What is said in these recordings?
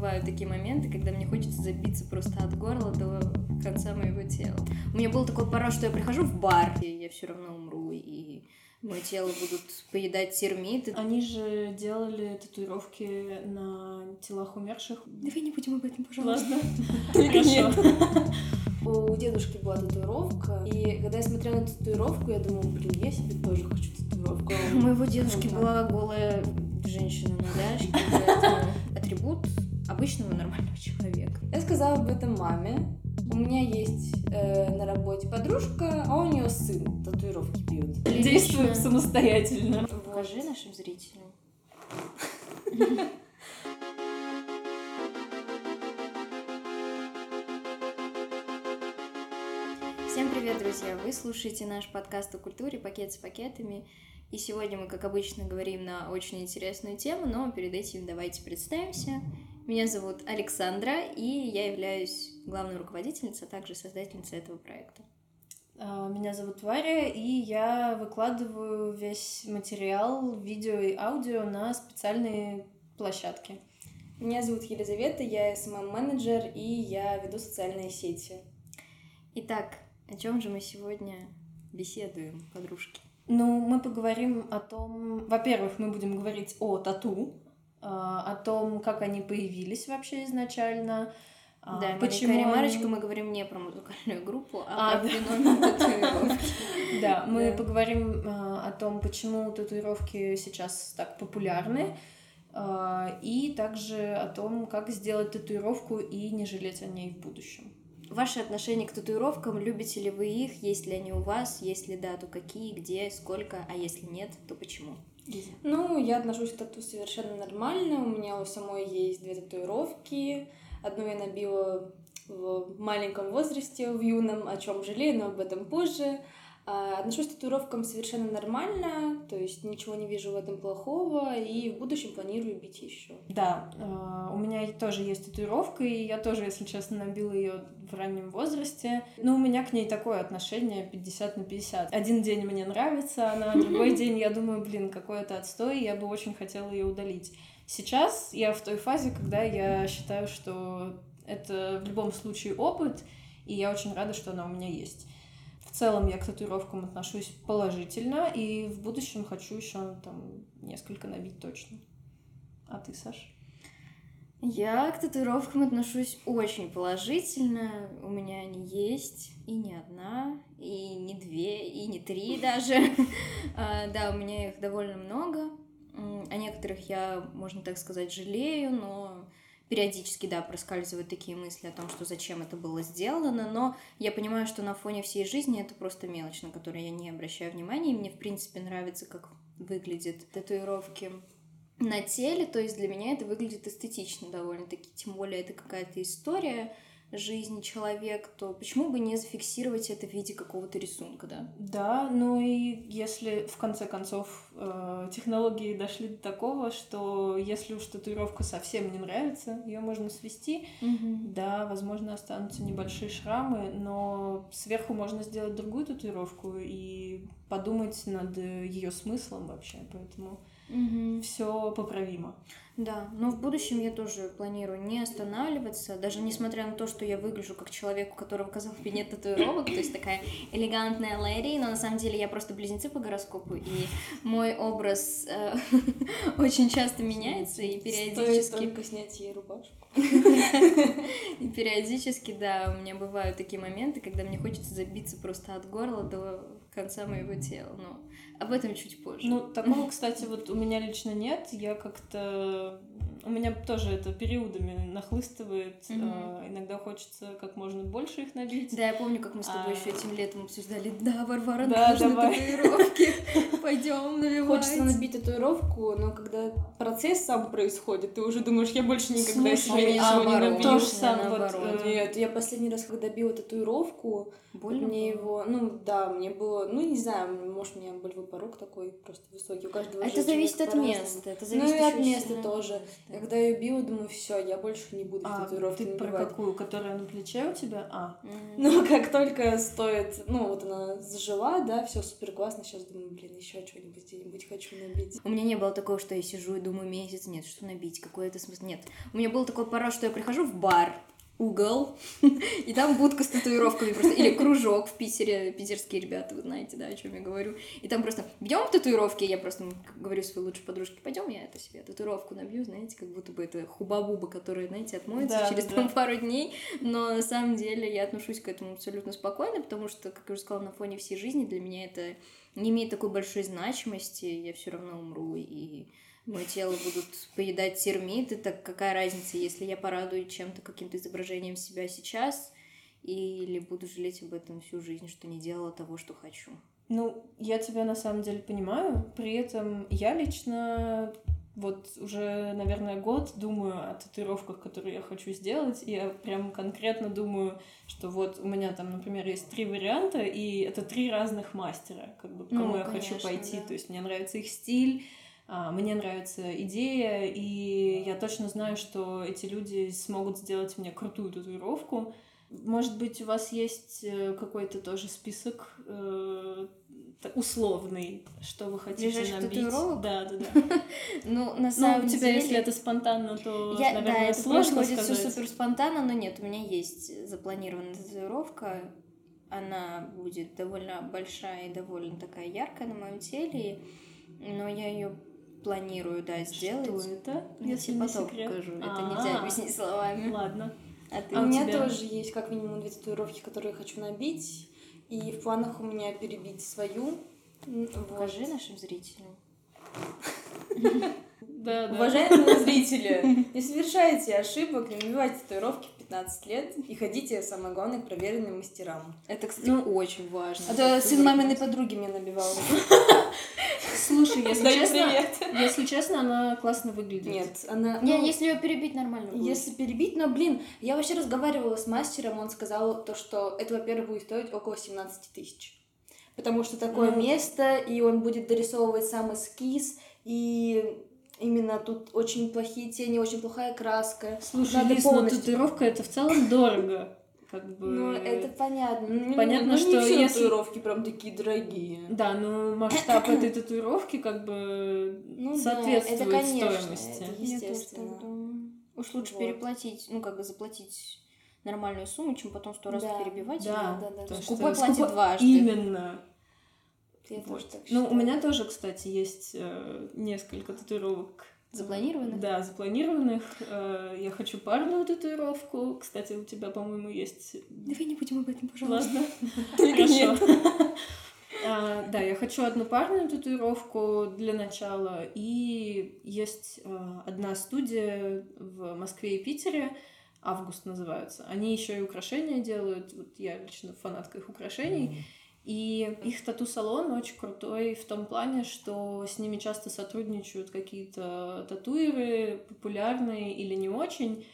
бывают такие моменты, когда мне хочется забиться просто от горла до конца моего тела. У меня было такое порой, что я прихожу в бар, и я все равно умру, и мое тело будут поедать термиты. Они же делали татуировки на телах умерших. Давай не будем об этом, пожалуйста. Хорошо. У дедушки была татуировка, и когда я смотрела на татуировку, я думала, я себе тоже хочу татуировку. У моего дедушки была голая женщина на ляжке, поэтому атрибут обычного нормального человека. Я сказала об этом маме. У меня есть на работе подружка, а у нее сын татуировки бьет. Действуем самостоятельно. Покажи нашим зрителям. Всем привет, друзья! Вы слушаете наш подкаст о культуре «Пакет с пакетами». И сегодня мы, как обычно, говорим на очень интересную тему, но перед этим давайте представимся. Меня зовут Александра, и я являюсь главной руководительницей, а также создательницей этого проекта. Меня зовут Варя, и я выкладываю весь материал, видео и аудио на специальные площадки. Меня зовут Елизавета, я SMM-менеджер, и я веду социальные сети. Итак, о чем же мы сегодня беседуем, подружки? Мы поговорим о том... Во-первых, мы будем говорить о тату, о том, как они появились вообще изначально. Да, почему ремарочка, мы говорим не про музыкальную группу, а про феномен татуировки. Да, мы поговорим о том, почему татуировки сейчас так популярны, и также о том, как сделать татуировку и не жалеть о ней в будущем. Ваше отношение к татуировкам, любите ли вы их, есть ли они у вас, если да, то какие, где, сколько, а если нет, то почему? Я отношусь к тату совершенно нормально, у меня у самой есть 2 татуировки, одну я набила в маленьком возрасте, в юном, о чем жалею, но об этом позже. Отношусь к татуировкам совершенно нормально, то есть ничего не вижу в этом плохого, и в будущем планирую бить еще. Да, у меня тоже есть татуировка, и я тоже, если честно, набила ее в раннем возрасте. Но у меня к ней такое отношение 50/50. Один день мне нравится она, другой день я думаю, какой это отстой, я бы очень хотела ее удалить. Сейчас я в той фазе, когда я считаю, что это в любом случае опыт, и я очень рада, что она у меня есть. В целом я к татуировкам отношусь положительно, и в будущем хочу еще несколько набить точно. А ты, Саш? Я к татуировкам отношусь очень положительно. У меня они есть, и не одна, и не 2, и не 3 даже. Да, у меня их довольно много. О некоторых я, можно так сказать, жалею, но периодически, да, проскальзывают такие мысли о том, что зачем это было сделано, но я понимаю, что на фоне всей жизни это просто мелочь, на которую я не обращаю внимания, и мне, в принципе, нравится, как выглядят татуировки на теле, то есть для меня это выглядит эстетично довольно-таки, тем более это какая-то история жизни человека, то почему бы не зафиксировать это в виде какого-то рисунка, да? Да, и если в конце концов технологии дошли до такого, что если уж татуировка совсем не нравится, ее можно свести, да, возможно, останутся небольшие шрамы, но сверху можно сделать другую татуировку и подумать над ее смыслом вообще, поэтому все поправимо. Да, но в будущем я тоже планирую не останавливаться, даже несмотря на то, что я выгляжу как человек, у которого, казалось бы, нет татуировок, то есть такая элегантная леди, но на самом деле я просто близнецы по гороскопу, и мой образ очень часто меняется, и периодически... Стоит только снять ей рубашку. И периодически, да, у меня бывают такие моменты, когда мне хочется забиться просто от горла до конца моего тела, но об этом чуть позже. Такого, кстати, у меня лично нет, я как-то... У меня тоже это периодами нахлыстывает, иногда хочется как можно больше их набить. Да, я помню, как мы с тобой еще этим летом обсуждали, да, Варвара, нужны татуировки, пойдем набивать. Хочется набить татуировку, но когда процесс сам происходит, ты уже думаешь, я больше никогда себе ничего не набью. То же самое. Нет, я последний раз, когда била татуировку, мне его, мне было, не знаю, может, у меня болевой порог такой просто высокий, у каждого это зависит от места. и от места тоже. Когда я била, думаю, все, я больше не буду татуировки ты набивать. про какую? Которая на плече у тебя? Ну, как только стоит, ну, вот она зажила, да, все супер классно, сейчас думаю, блин, еще что-нибудь где-нибудь хочу набить. У меня не было такого, что я сижу и думаю, месяц, нет, что набить, какой это смысл, нет. У меня было такое пора, что я прихожу в бар, угол, и там будка с татуировками просто, или кружок в Питере, питерские ребята, вы знаете, да, о чем я говорю, и там просто бьем татуировки, я просто говорю своей лучшей подружке, пойдем, я это себе татуировку набью, знаете, как будто бы это хуба-буба, которая, знаете, отмоется через там пару дней, но на самом деле я отношусь к этому абсолютно спокойно, потому что, как я уже сказала, на фоне всей жизни для меня это не имеет такой большой значимости, я все равно умру, и мое тело будут поедать термиты, так какая разница, если я порадую чем-то, каким-то изображением себя сейчас, или буду жалеть об этом всю жизнь, что не делала того, что хочу. Ну, я тебя на самом деле понимаю, при этом я лично вот уже, наверное, год думаю о татуировках, которые я хочу сделать, и я прям конкретно думаю, что вот у меня там, например, есть 3 варианта, и это 3 разных мастера, как бы, к кому я хочу пойти, да. То есть мне нравится их стиль, мне нравится идея, и я точно знаю, что эти люди смогут сделать мне крутую татуировку. Может быть, у вас есть какой-то тоже список условный, что вы хотите набить? Татуировок? Да. Ну, на самом деле... у тебя, если это спонтанно, то, наверное, это сложно происходит сказать. все супер спонтанно, но нет, у меня есть запланированная татуировка. Она будет довольно большая и довольно такая яркая на моем теле, но я ее планирую, да, сделать. Что это? Если потом покажу. Это нельзя объяснить словами. Ладно. У меня тоже есть как минимум 2 татуировки, которые я хочу набить. И в планах у меня перебить свою. Покажи нашим зрителям. Да. Уважаемые зрители, не совершайте ошибок, не набивайте татуировки в 15 лет и ходите, самое главное, к проверенным мастерам. Это, кстати, очень важно. А то сын маминой подруги мне набивал. Слушай, если честно, она классно выглядит. Нет, она... если ее перебить, нормально будет. Если перебить, но, блин, я вообще разговаривала с мастером, он сказал то, что это, во-первых, будет стоить около 17 тысяч. Потому что такое место, и он будет дорисовывать сам эскиз, и именно тут очень плохие тени, очень плохая краска. Слушай, Лиз, но татуировка это в целом дорого. Как бы... Ну, это понятно. Понятно, что не все если... татуировки прям такие дорогие. Да, но масштаб этой татуировки как бы соответствует это, конечно, стоимости. Это естественно. Уж лучше переплатить, заплатить нормальную сумму, чем потом 100 раз перебивать. Да. Скупой платит дважды. Именно. Ну, у меня тоже, кстати, есть несколько татуировок. Запланированных? Да, запланированных. Я хочу парную татуировку. Кстати, у тебя, по-моему, есть... Давай не будем об этом, пожалуйста. Ладно. Хорошо. Да, я хочу одну парную татуировку для начала. И есть одна студия в Москве и Питере. «Август» называются. Они еще и украшения делают. Вот я лично фанатка их украшений. И их тату-салон очень крутой в том плане, что с ними часто сотрудничают какие-то татуиры, популярные или не очень.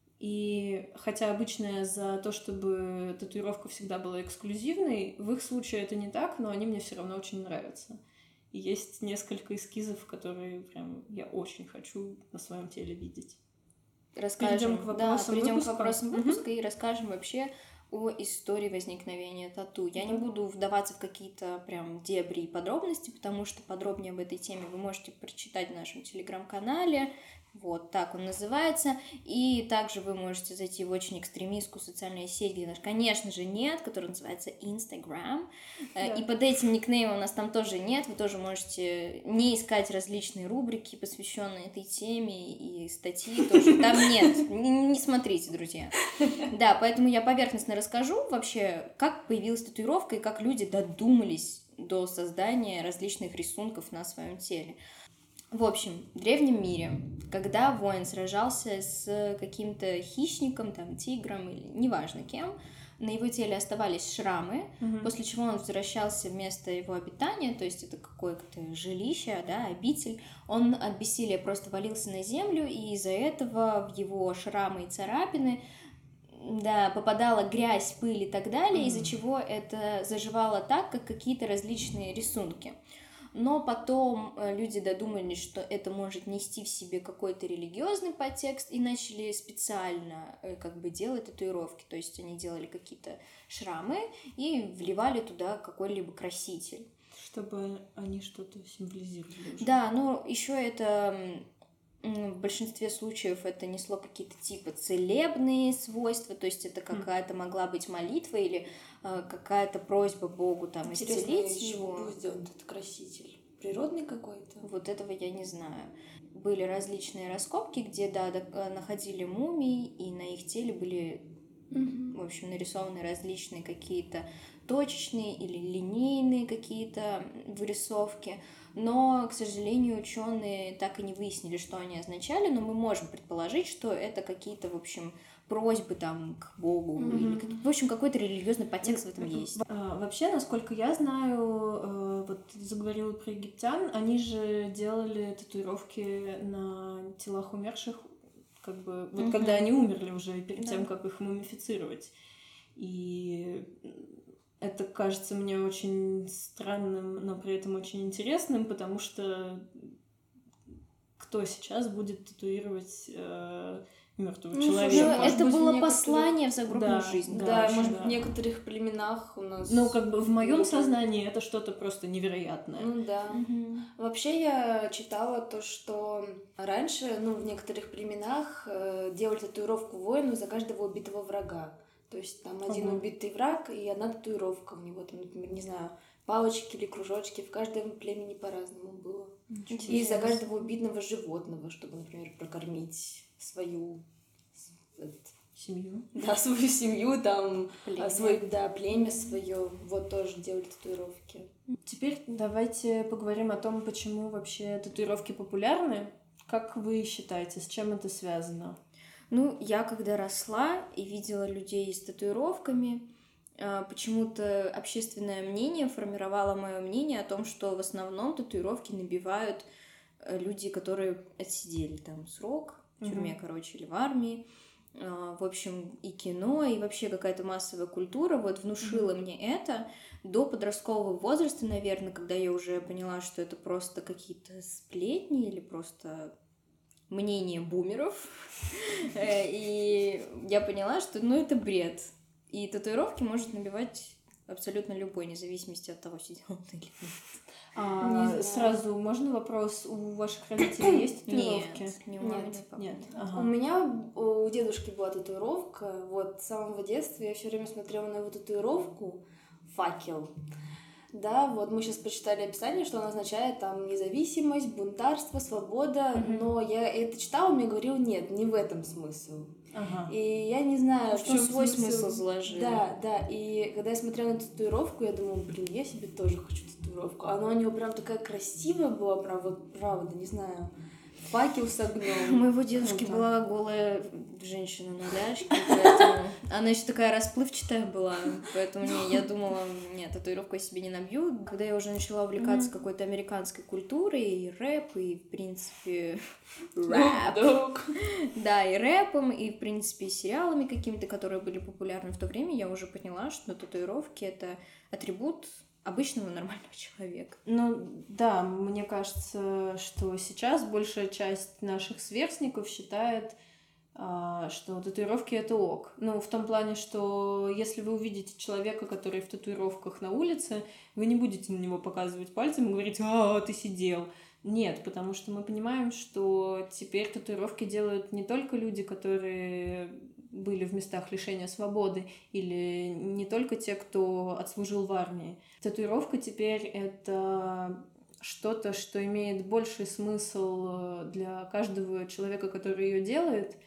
И хотя обычно я за то, чтобы татуировка всегда была эксклюзивной, в их случае это не так, но они мне все равно очень нравятся. И есть несколько эскизов, которые прям я очень хочу на своем теле видеть. Перейдем к вопросам выпуска и расскажем вообще о истории возникновения тату. Я не буду вдаваться в какие-то прям дебри и подробности, потому что подробнее об этой теме вы можете прочитать в нашем телеграм-канале. Вот так он называется. И также вы можете зайти в очень экстремистскую социальную сеть, где нас, конечно же, нет, которая называется Instagram. Да. И под этим никнеймом у нас там тоже нет. Вы тоже можете не искать различные рубрики, посвященные этой теме, и статьи тоже там нет. Не смотрите, друзья. Да, поэтому я поверхностно расскажу вообще, как появилась татуировка и как люди додумались до создания различных рисунков на своем теле. В общем, в древнем мире, когда воин сражался с каким-то хищником, там, тигром или неважно кем, на его теле оставались шрамы, после чего он возвращался в место его обитания, то есть это какое-то жилище, да, обитель, он от бессилия просто валился на землю, и из-за этого в его шрамы и царапины попадала грязь, пыль и так далее, из-за чего это заживало так, как какие-то различные рисунки. но потом люди додумались, что это может нести в себе какой-то религиозный подтекст, и начали специально как бы делать татуировки, то есть они делали какие-то шрамы и вливали туда какой-либо краситель. Чтобы они что-то символизировали уже. Да, но еще это в большинстве случаев это несло какие-то типа целебные свойства, то есть это какая-то могла быть молитва или какая-то просьба Богу там исцелить его. Был сделан этот краситель? Природный какой-то? Вот этого я не знаю. Были различные раскопки, где, да, находили мумии, и на их теле были, в общем, нарисованы различные какие-то точечные или линейные какие-то вырисовки. Но, к сожалению, ученые так и не выяснили, что они означали, но мы можем предположить, что это какие-то, в общем, просьбы там к Богу, или, в общем, какой-то религиозный подтекст в этом есть. Вообще, насколько я знаю, вот ты заговорила про египтян, они же делали татуировки на телах умерших, как бы, вот когда они умерли уже, перед тем, как их мумифицировать. И это кажется мне очень странным, но при этом очень интересным, потому что кто сейчас будет татуировать мертвого человека? Ну, это было послание в загробную жизнь. Да, может быть, в некоторых племенах у нас... Ну, как бы в моем сознании это что-то просто невероятное. Ну да. Вообще я читала то, что раньше, ну, в некоторых племенах делали татуировку воину за каждого убитого врага. То есть там один убитый враг и одна татуировка у него, там, например, не знаю, палочки или кружочки. В каждом племени по-разному было. И за каждого убитого животного, чтобы, например, прокормить свою семью. Да, свою семью, там, племя свое. Вот тоже делали татуировки. Теперь давайте поговорим о том, почему вообще татуировки популярны. Как вы считаете, с чем это связано? Ну, я когда росла и видела людей с татуировками, почему-то общественное мнение формировало мое мнение о том, что в основном татуировки набивают люди, которые отсидели там срок в тюрьме, короче, или в армии. В общем, и кино, и вообще какая-то массовая культура вот внушила мне это до подросткового возраста, наверное, когда я уже поняла, что это просто какие-то сплетни или просто мнение бумеров. И я поняла, что, ну, это бред. И татуировки может набивать абсолютно любой, вне зависимости от того, сидел он или нет. Сразу можно вопрос? У ваших родителей есть татуировки? Нет, не у мамы, не у папы. Нет. У меня, у дедушки была татуировка. Вот с самого детства я все время смотрела на его татуировку «Факел». Да, вот мы сейчас прочитали описание, что она означает там независимость, бунтарство, свобода, но я это читала, мне говорил, нет, не в этом смысл. И я не знаю, в чем свой смысл заложили. Да, и когда я смотрела на татуировку, я думала, блин, я себе тоже хочу татуировку. Она у него прям такая красивая была, прям вот правда, не знаю. Факел с огнем. У моего дедушки была голая женщина на ляжке, поэтому она еще такая расплывчатая была, поэтому я думала, нет, татуировку я себе не набью. Когда я уже начала увлекаться какой-то американской культурой, и рэп, и, в принципе, рэп. Да, и рэпом, и, в принципе, сериалами какими-то, которые были популярны в то время, я уже поняла, что татуировки — это атрибут обычного нормального человека. Ну да, мне кажется, что сейчас большая часть наших сверстников считает, что татуировки — это ок. Ну, в том плане, что если вы увидите человека, который в татуировках на улице, вы не будете на него показывать пальцем и говорить: ты сидел. Нет, потому что мы понимаем, что теперь татуировки делают не только люди, которые были в местах лишения свободы, или не только те, кто отслужил в армии. Татуировка теперь — это что-то, что имеет больший смысл для каждого человека, который ее делает,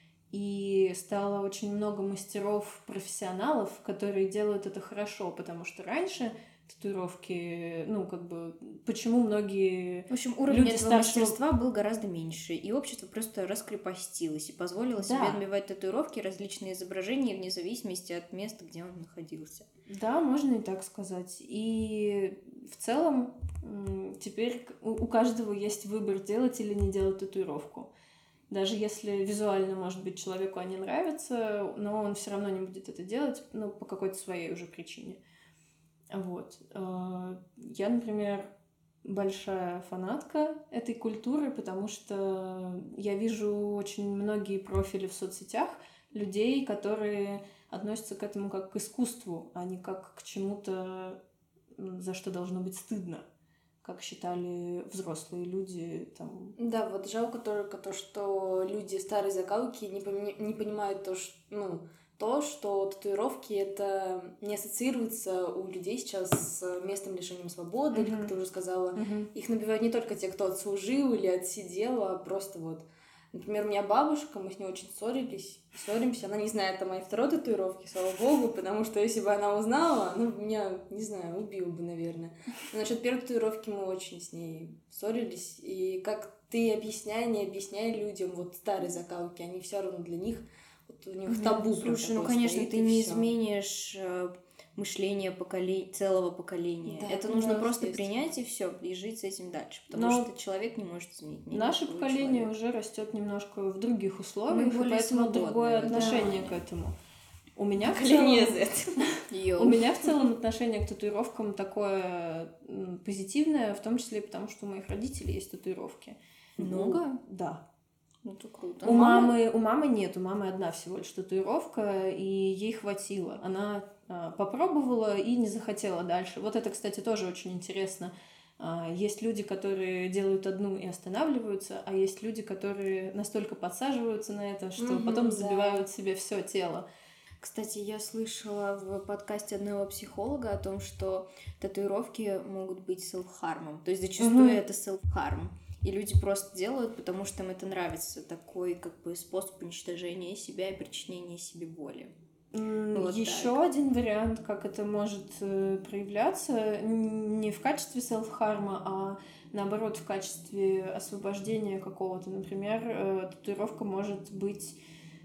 и стало очень много мастеров-профессионалов, которые делают это хорошо, потому что раньше татуировки, ну, как бы, почему многие в общем, уровень этого мастерства был гораздо меньше, и общество просто раскрепостилось и позволило себе набивать татуировки, различные изображения вне зависимости от места, где он находился. Да, можно и так сказать. И в целом теперь у каждого есть выбор, делать или не делать татуировку. Даже если визуально, может быть, человеку они нравятся, но он все равно не будет это делать, ну, по какой-то своей уже причине. Вот. Я, например, большая фанатка этой культуры, потому что я вижу очень многие профили в соцсетях людей, которые относятся к этому как к искусству, а не как к чему-то, за что должно быть стыдно, как считали взрослые люди там. Да, вот жалко только то, что люди старой закалки не понимают то, что татуировки это не ассоциируется у людей сейчас с местом лишением свободы, или, как ты уже сказала, их набивают не только те, кто отслужил или отсидел, а просто вот. Например, у меня бабушка, мы с ней очень ссоримся, она не знает о моей второй татуировке, слава богу, потому что если бы она узнала, меня, не знаю, убила бы, наверное. Но насчет первой татуировки мы очень с ней ссорились, и как ты не объясняй людям вот старой закалки, они все равно для них, вот у них табу. Слушай, конечно, ты не изменишь мышление целого поколения. Да, это нужно просто принять и все, и жить с этим дальше. Потому что человек не может изменить. Наше поколение уже растет немножко в других условиях, и поэтому другое отношение к этому. У меня в целом отношение к татуировкам такое позитивное, в том числе потому, что у моих родителей есть татуировки. Много? Да. Это круто. У мамы нет, у мамы одна всего лишь татуировка, и ей хватило. Она попробовала и не захотела дальше. Вот это, кстати, тоже очень интересно. Есть люди, которые делают одну и останавливаются, а есть люди, которые настолько подсаживаются на это, что потом забивают себе все тело. Кстати, я слышала в подкасте одного психолога о том, что татуировки могут быть селф-хармом. То есть зачастую это селф-харм. И люди просто делают, потому что им это нравится. Такой как бы способ уничтожения себя и причинения себе боли. Еще один вариант, как это может проявляться, не в качестве селф-харма, а наоборот в качестве освобождения какого-то. Например, татуировка может быть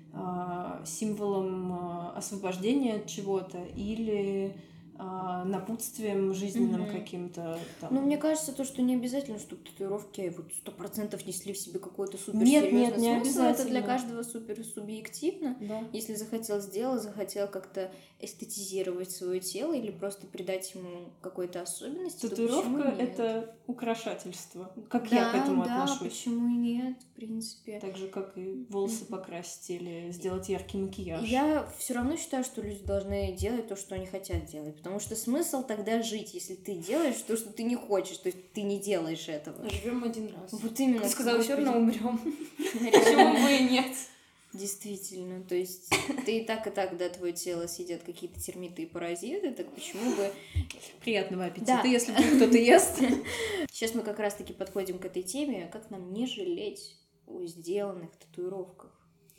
символом освобождения от чего-то или напутствием жизненным каким-то. Там. Мне кажется, то, что не обязательно, чтобы татуировки вот 100% несли в себе какой-то суперсерьезный смысл. Не обязательно. Это для каждого супер субъективно. Да. Если захотел сделать, захотел как-то эстетизировать свое тело или просто придать ему какой-то особенности. Татуировка — это украшательство. Как я к этому отношусь. Да, почему и нет, в принципе. Так же, как и волосы покрасить или сделать яркий макияж. Я все равно считаю, что люди должны делать то, что они хотят делать. Потому что смысл тогда жить, если ты делаешь то, что ты не хочешь, то есть ты не делаешь этого. Живем один раз. Вот именно. Ты сказала, все равно умрем. Почему бы и нет? Действительно, то есть ты и так, да, твое тело съедят какие-то термиты и паразиты, так почему бы... Приятного аппетита, если кто-то ест. Сейчас мы как раз-таки подходим к этой теме, как нам не жалеть о сделанных татуировках.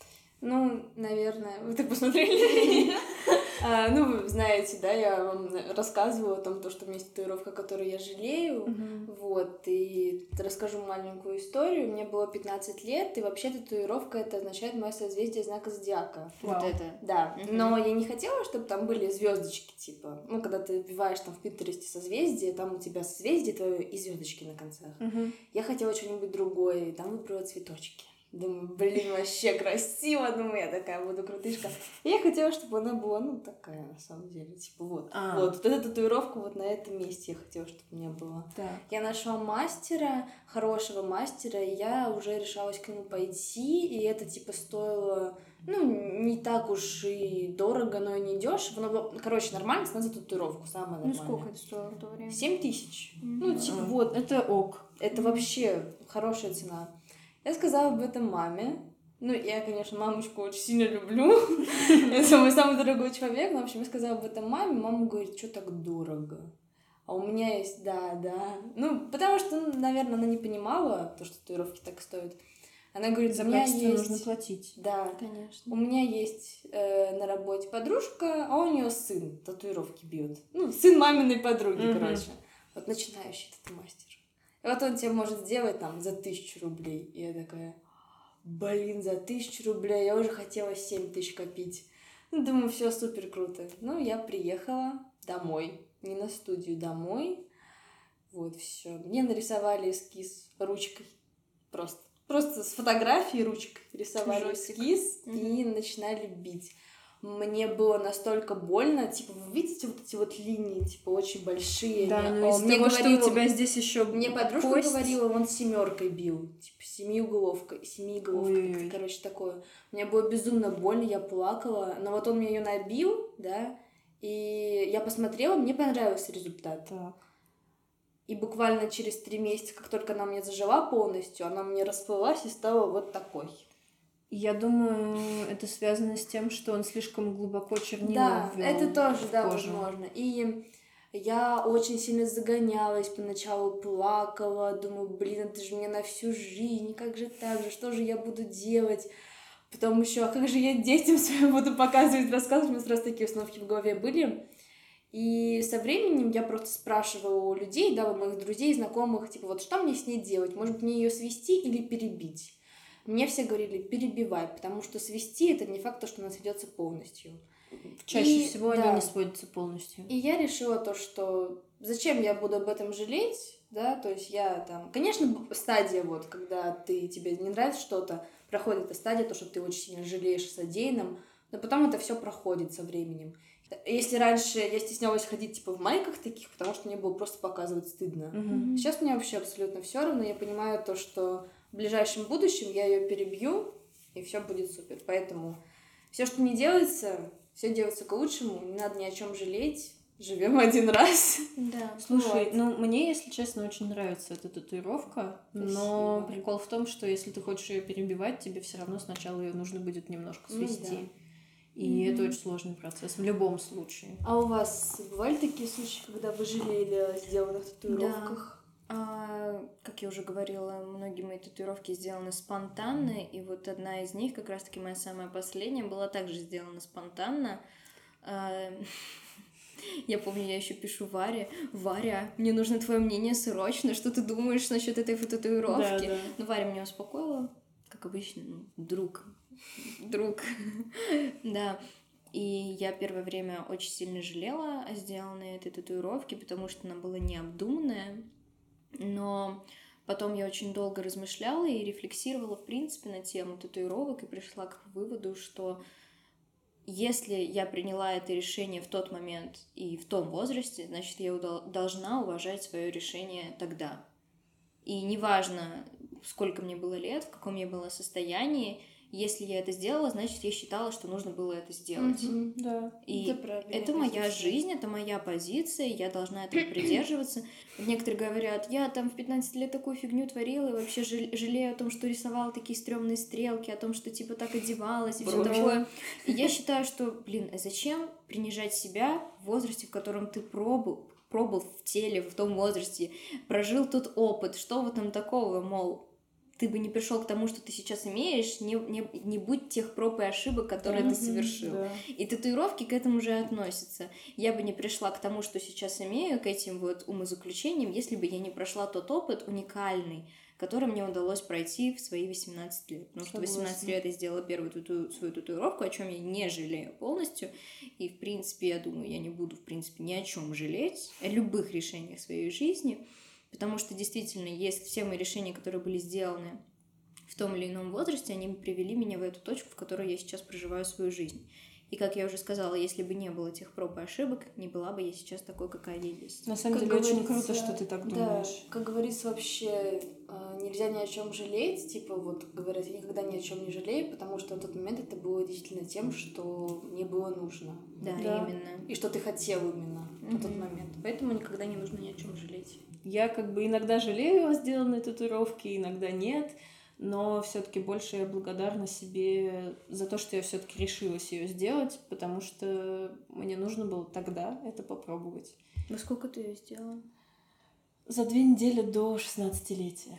Наверное, вы так посмотрели. Вы знаете, да, я вам рассказывала о том, что у меня есть татуировка, которую я жалею. Вот, и расскажу маленькую историю. Мне было 15 лет, и вообще татуировка это означает мое созвездие знака зодиака. Вот это. Да. Но я не хотела, чтобы там были звездочки, типа. Когда ты вбиваешь там в Пинтересте созвездие, там у тебя созвездие твое и звездочки на концах. Я хотела что-нибудь другое, и там выбрала цветочки. Думаю, вообще красиво, думаю, я такая буду крутышка. И я хотела, чтобы она была, такая, на самом деле, типа, вот эта татуировка вот на этом месте я хотела, чтобы у меня была. Да. Я нашла мастера, хорошего мастера, и я уже решалась к нему пойти, и это, типа, стоило, не так уж и дорого, но и не дешево, но было, нормально цена за татуировку, самая нормальная. Сколько это стоило в то время? 7 000. Типа, вот. Это ок. Это вообще хорошая цена. Я сказала об этом маме. Я, конечно, мамочку очень сильно люблю. Это мой самый дорогой человек. Но, в общем, я сказала об этом маме. Мама говорит, что так дорого? А у меня есть, да. Потому что, наверное, она не понимала, что татуировки так стоят. Она говорит, за качество нужно платить. Да, конечно. У меня есть на работе подружка, а у нее сын татуировки бьет. Сын маминой подруги, короче. Вот начинающий тату-мастер. И вот он тебе может сделать там за 1000 рублей. И я такая, за 1000 рублей я уже хотела 7 000 копить. Думаю, все супер круто. Я приехала домой. Не на студию, домой. Вот, все. Мне нарисовали эскиз ручкой. Просто с фотографией ручкой рисовали эскиз и начинали бить. мне было настолько больно, типа, вы видите вот эти вот линии, типа, очень большие. Да, они... ну из-за мне того, говорила, что у тебя здесь еще мне подружка кость. говорила, он 7 бил, типа, 7 Ой-ой-ой. короче, такое. Мне было безумно больно, я плакала, но вот он мне ее набил, да, и я посмотрела, мне понравился результат. Так. И буквально через 3 месяца, как только она мне зажила полностью, она мне расплылась и стала вот такой. Я думаю, это связано с тем, что он слишком глубоко чернила Да, ввёл это тоже, в да, кожу. возможно. И я очень сильно загонялась, поначалу плакала, думаю, блин, это же мне на всю жизнь, как же так же, что же я буду делать? Потом еще, а как же я детям своим буду показывать, рассказывать? У меня сразу такие установки в голове были. И со временем я просто спрашивала у людей, да, у моих друзей, знакомых, типа, вот что мне с ней делать? Может быть, мне ее свести или перебить? Мне все говорили, перебивай, потому что свести — это не факт, что она сведется полностью. Чаще всего да. они не сводятся полностью. И я решила то, что зачем я буду об этом жалеть, да, то есть я там... Конечно, стадия вот, когда тебе не нравится что-то, проходит эта стадия, то, что ты очень сильно жалеешь о содеянном, но потом это все проходит со временем. Если раньше я стеснялась ходить типа в майках таких, потому что мне было просто показывать стыдно. Сейчас мне вообще абсолютно все равно. Я понимаю то, что в ближайшем будущем я ее перебью, и все будет супер. Поэтому все, что не делается, все делается к лучшему. Не надо ни о чем жалеть. Живем один раз. Да. Слушай, Вот. ну мне, если честно, очень нравится эта татуировка, но Спасибо. прикол в том, что если ты хочешь ее перебивать, тебе все равно сначала ее нужно будет немножко свести. Да. И это очень сложный процесс в любом случае. А у вас бывали такие случаи, когда вы жалели о сделанных татуировках? Как я уже говорила, многие мои татуировки сделаны спонтанно, и вот одна из них, как раз-таки моя самая последняя, была также сделана спонтанно. Я помню, я еще пишу Варе: Варя, мне нужно твое мнение срочно, что ты думаешь насчет этой татуировки? Да. Но Варя меня успокоила, как обычно, друг, да. И я первое время очень сильно жалела о сделанной этой татуировке, потому что она была необдуманная, но потом я очень долго размышляла и рефлексировала, в принципе, на тему татуировок и пришла к выводу, что если я приняла это решение в тот момент и в том возрасте, значит, я должна уважать свое решение тогда. И неважно, сколько мне было лет, в каком я была состоянии, если я это сделала, значит, я считала, что нужно было это сделать. Да. И это моя жизнь, это моя позиция, я должна этого придерживаться. Некоторые говорят: я там в 15 лет такую фигню творила, и вообще жалею о том, что рисовала такие стрёмные стрелки, о том, что типа так одевалась и все такое. И я считаю, что, зачем принижать себя в возрасте, в котором ты пробовал в теле, в том возрасте, прожил тот опыт, что в этом такого, мол, ты бы не пришел к тому, что ты сейчас имеешь, не будь тех проб и ошибок, которые ты совершил. Да. И татуировки к этому же относятся. Я бы не пришла к тому, что сейчас имею, к этим вот умозаключениям, если бы я не прошла тот опыт уникальный, который мне удалось пройти в свои 18 лет. Потому что в 18 лет я сделала первую свою татуировку, о чем я не жалею полностью. И, в принципе, я думаю, я не буду, ни о чем жалеть, о любых решениях своей жизни. Потому что, действительно, если все мои решения, которые были сделаны в том или ином возрасте, они привели меня в эту точку, в которой я сейчас проживаю свою жизнь. И, как я уже сказала, если бы не было тех проб и ошибок, не была бы я сейчас такой, какая я есть. На самом деле, очень круто, что ты так думаешь. Да, как говорится, вообще нельзя ни о чем жалеть. Типа, вот говорят, я никогда ни о чем не жалею, потому что в тот момент это было действительно тем, что мне было нужно. Да, именно. И что ты хотел именно в тот момент. Поэтому никогда не нужно ни о чем жалеть. Я иногда жалею о сделанной татуировке, иногда нет, но все-таки больше я благодарна себе за то, что я все-таки решилась ее сделать, потому что мне нужно было тогда это попробовать. Во сколько ты ее сделала? За 2 недели до 16-летия.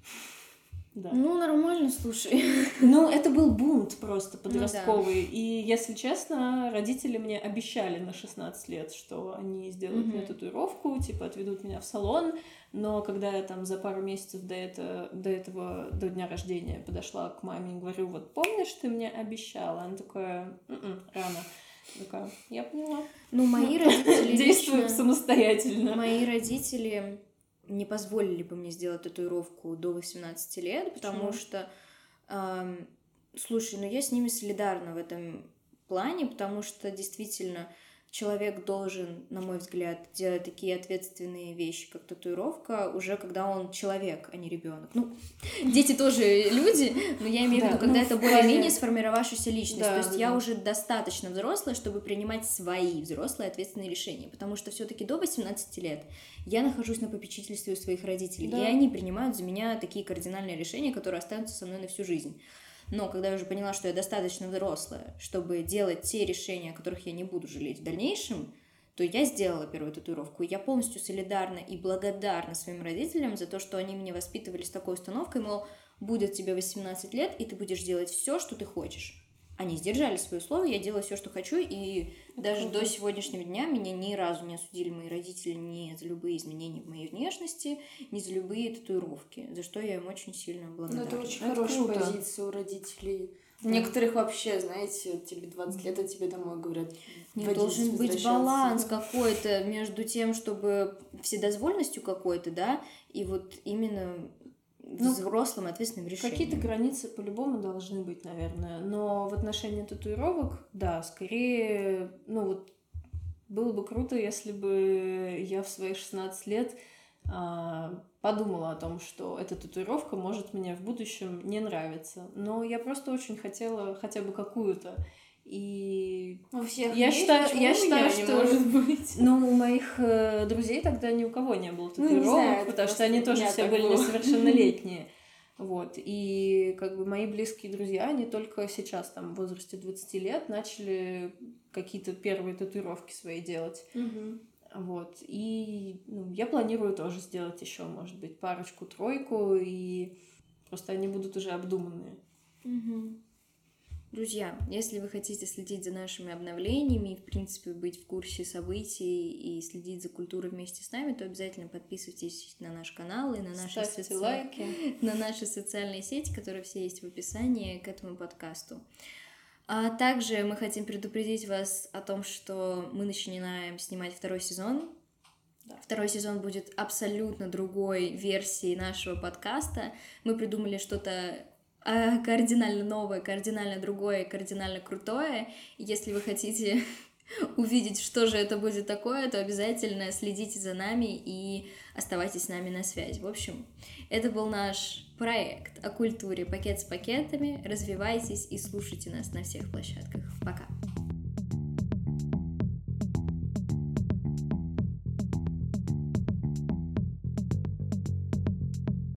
Да. Ну, нормально, слушай. Ну, это был бунт просто подростковый. Ну, да. И, если честно, родители мне обещали на 16 лет, что они сделают мне татуировку, типа отведут меня в салон. Но когда я там за пару месяцев до дня рождения подошла к маме и говорю: вот помнишь, ты мне обещала? Она такая: рано. Такая: я поняла. Ну, мои родители действуют самостоятельно. Мои родители не позволили бы мне сделать татуировку до 18 лет, потому что, слушай, я с ними солидарна в этом плане, потому что действительно человек должен, на мой взгляд, делать такие ответственные вещи, как татуировка, уже когда он человек, а не ребенок. Ну, дети тоже люди, но я имею в виду, когда это более-менее сформировавшаяся личность. То есть я уже достаточно взрослая, чтобы принимать свои взрослые ответственные решения, потому что все-таки до 18 лет я нахожусь на попечительстве у своих родителей, и они принимают за меня такие кардинальные решения, которые останутся со мной на всю жизнь. Но когда я уже поняла, что я достаточно взрослая, чтобы делать те решения, о которых я не буду жалеть в дальнейшем, то я сделала первую татуировку. И я полностью солидарна и благодарна своим родителям за то, что они меня воспитывали с такой установкой, мол, будет тебе 18 лет, и ты будешь делать все, что ты хочешь. Они сдержали свое слово, я делала все, что хочу, и даже до сегодняшнего дня меня ни разу не осудили мои родители ни за любые изменения в моей внешности, ни за любые татуировки, за что я им очень сильно благодарна. Ну, это очень хорошая позиция у родителей. Некоторых вообще, знаете, тебе 20 лет, а тебе домой говорят. Не должен быть баланс какой-то между тем, чтобы вседозволенностью какой-то, да, и вот именно взрослым ответственным решением. Какие-то границы по-любому должны быть, наверное. Но в отношении татуировок, да, скорее, ну вот, было бы круто, если бы я в свои 16 лет подумала о том, что эта татуировка может мне в будущем не нравиться. Но я просто очень хотела хотя бы какую-то. И у всех я считаю, что может быть. Ну, у моих друзей тогда ни у кого не было татуировок, потому что они тоже все были несовершеннолетние. Вот. И как бы мои близкие друзья, они только сейчас, там, в возрасте 20 лет, начали какие-то первые татуировки свои делать. Вот. И я планирую тоже сделать еще, может быть, парочку-тройку, и просто они будут уже обдуманные. Друзья, если вы хотите следить за нашими обновлениями и, в принципе, быть в курсе событий и следить за культурой вместе с нами, то обязательно подписывайтесь на наш канал и на наши лайки. На наши социальные сети, которые все есть в описании к этому подкасту. А также мы хотим предупредить вас о том, что мы начинаем снимать второй сезон. Второй сезон будет абсолютно другой версии нашего подкаста. Мы придумали что-то кардинально новое, кардинально другое, кардинально крутое. Если вы хотите увидеть, что же это будет такое, то обязательно следите за нами и оставайтесь с нами на связи. В общем, это был наш проект о культуре «Пакет с пакетами». Развивайтесь и слушайте нас на всех площадках. Пока!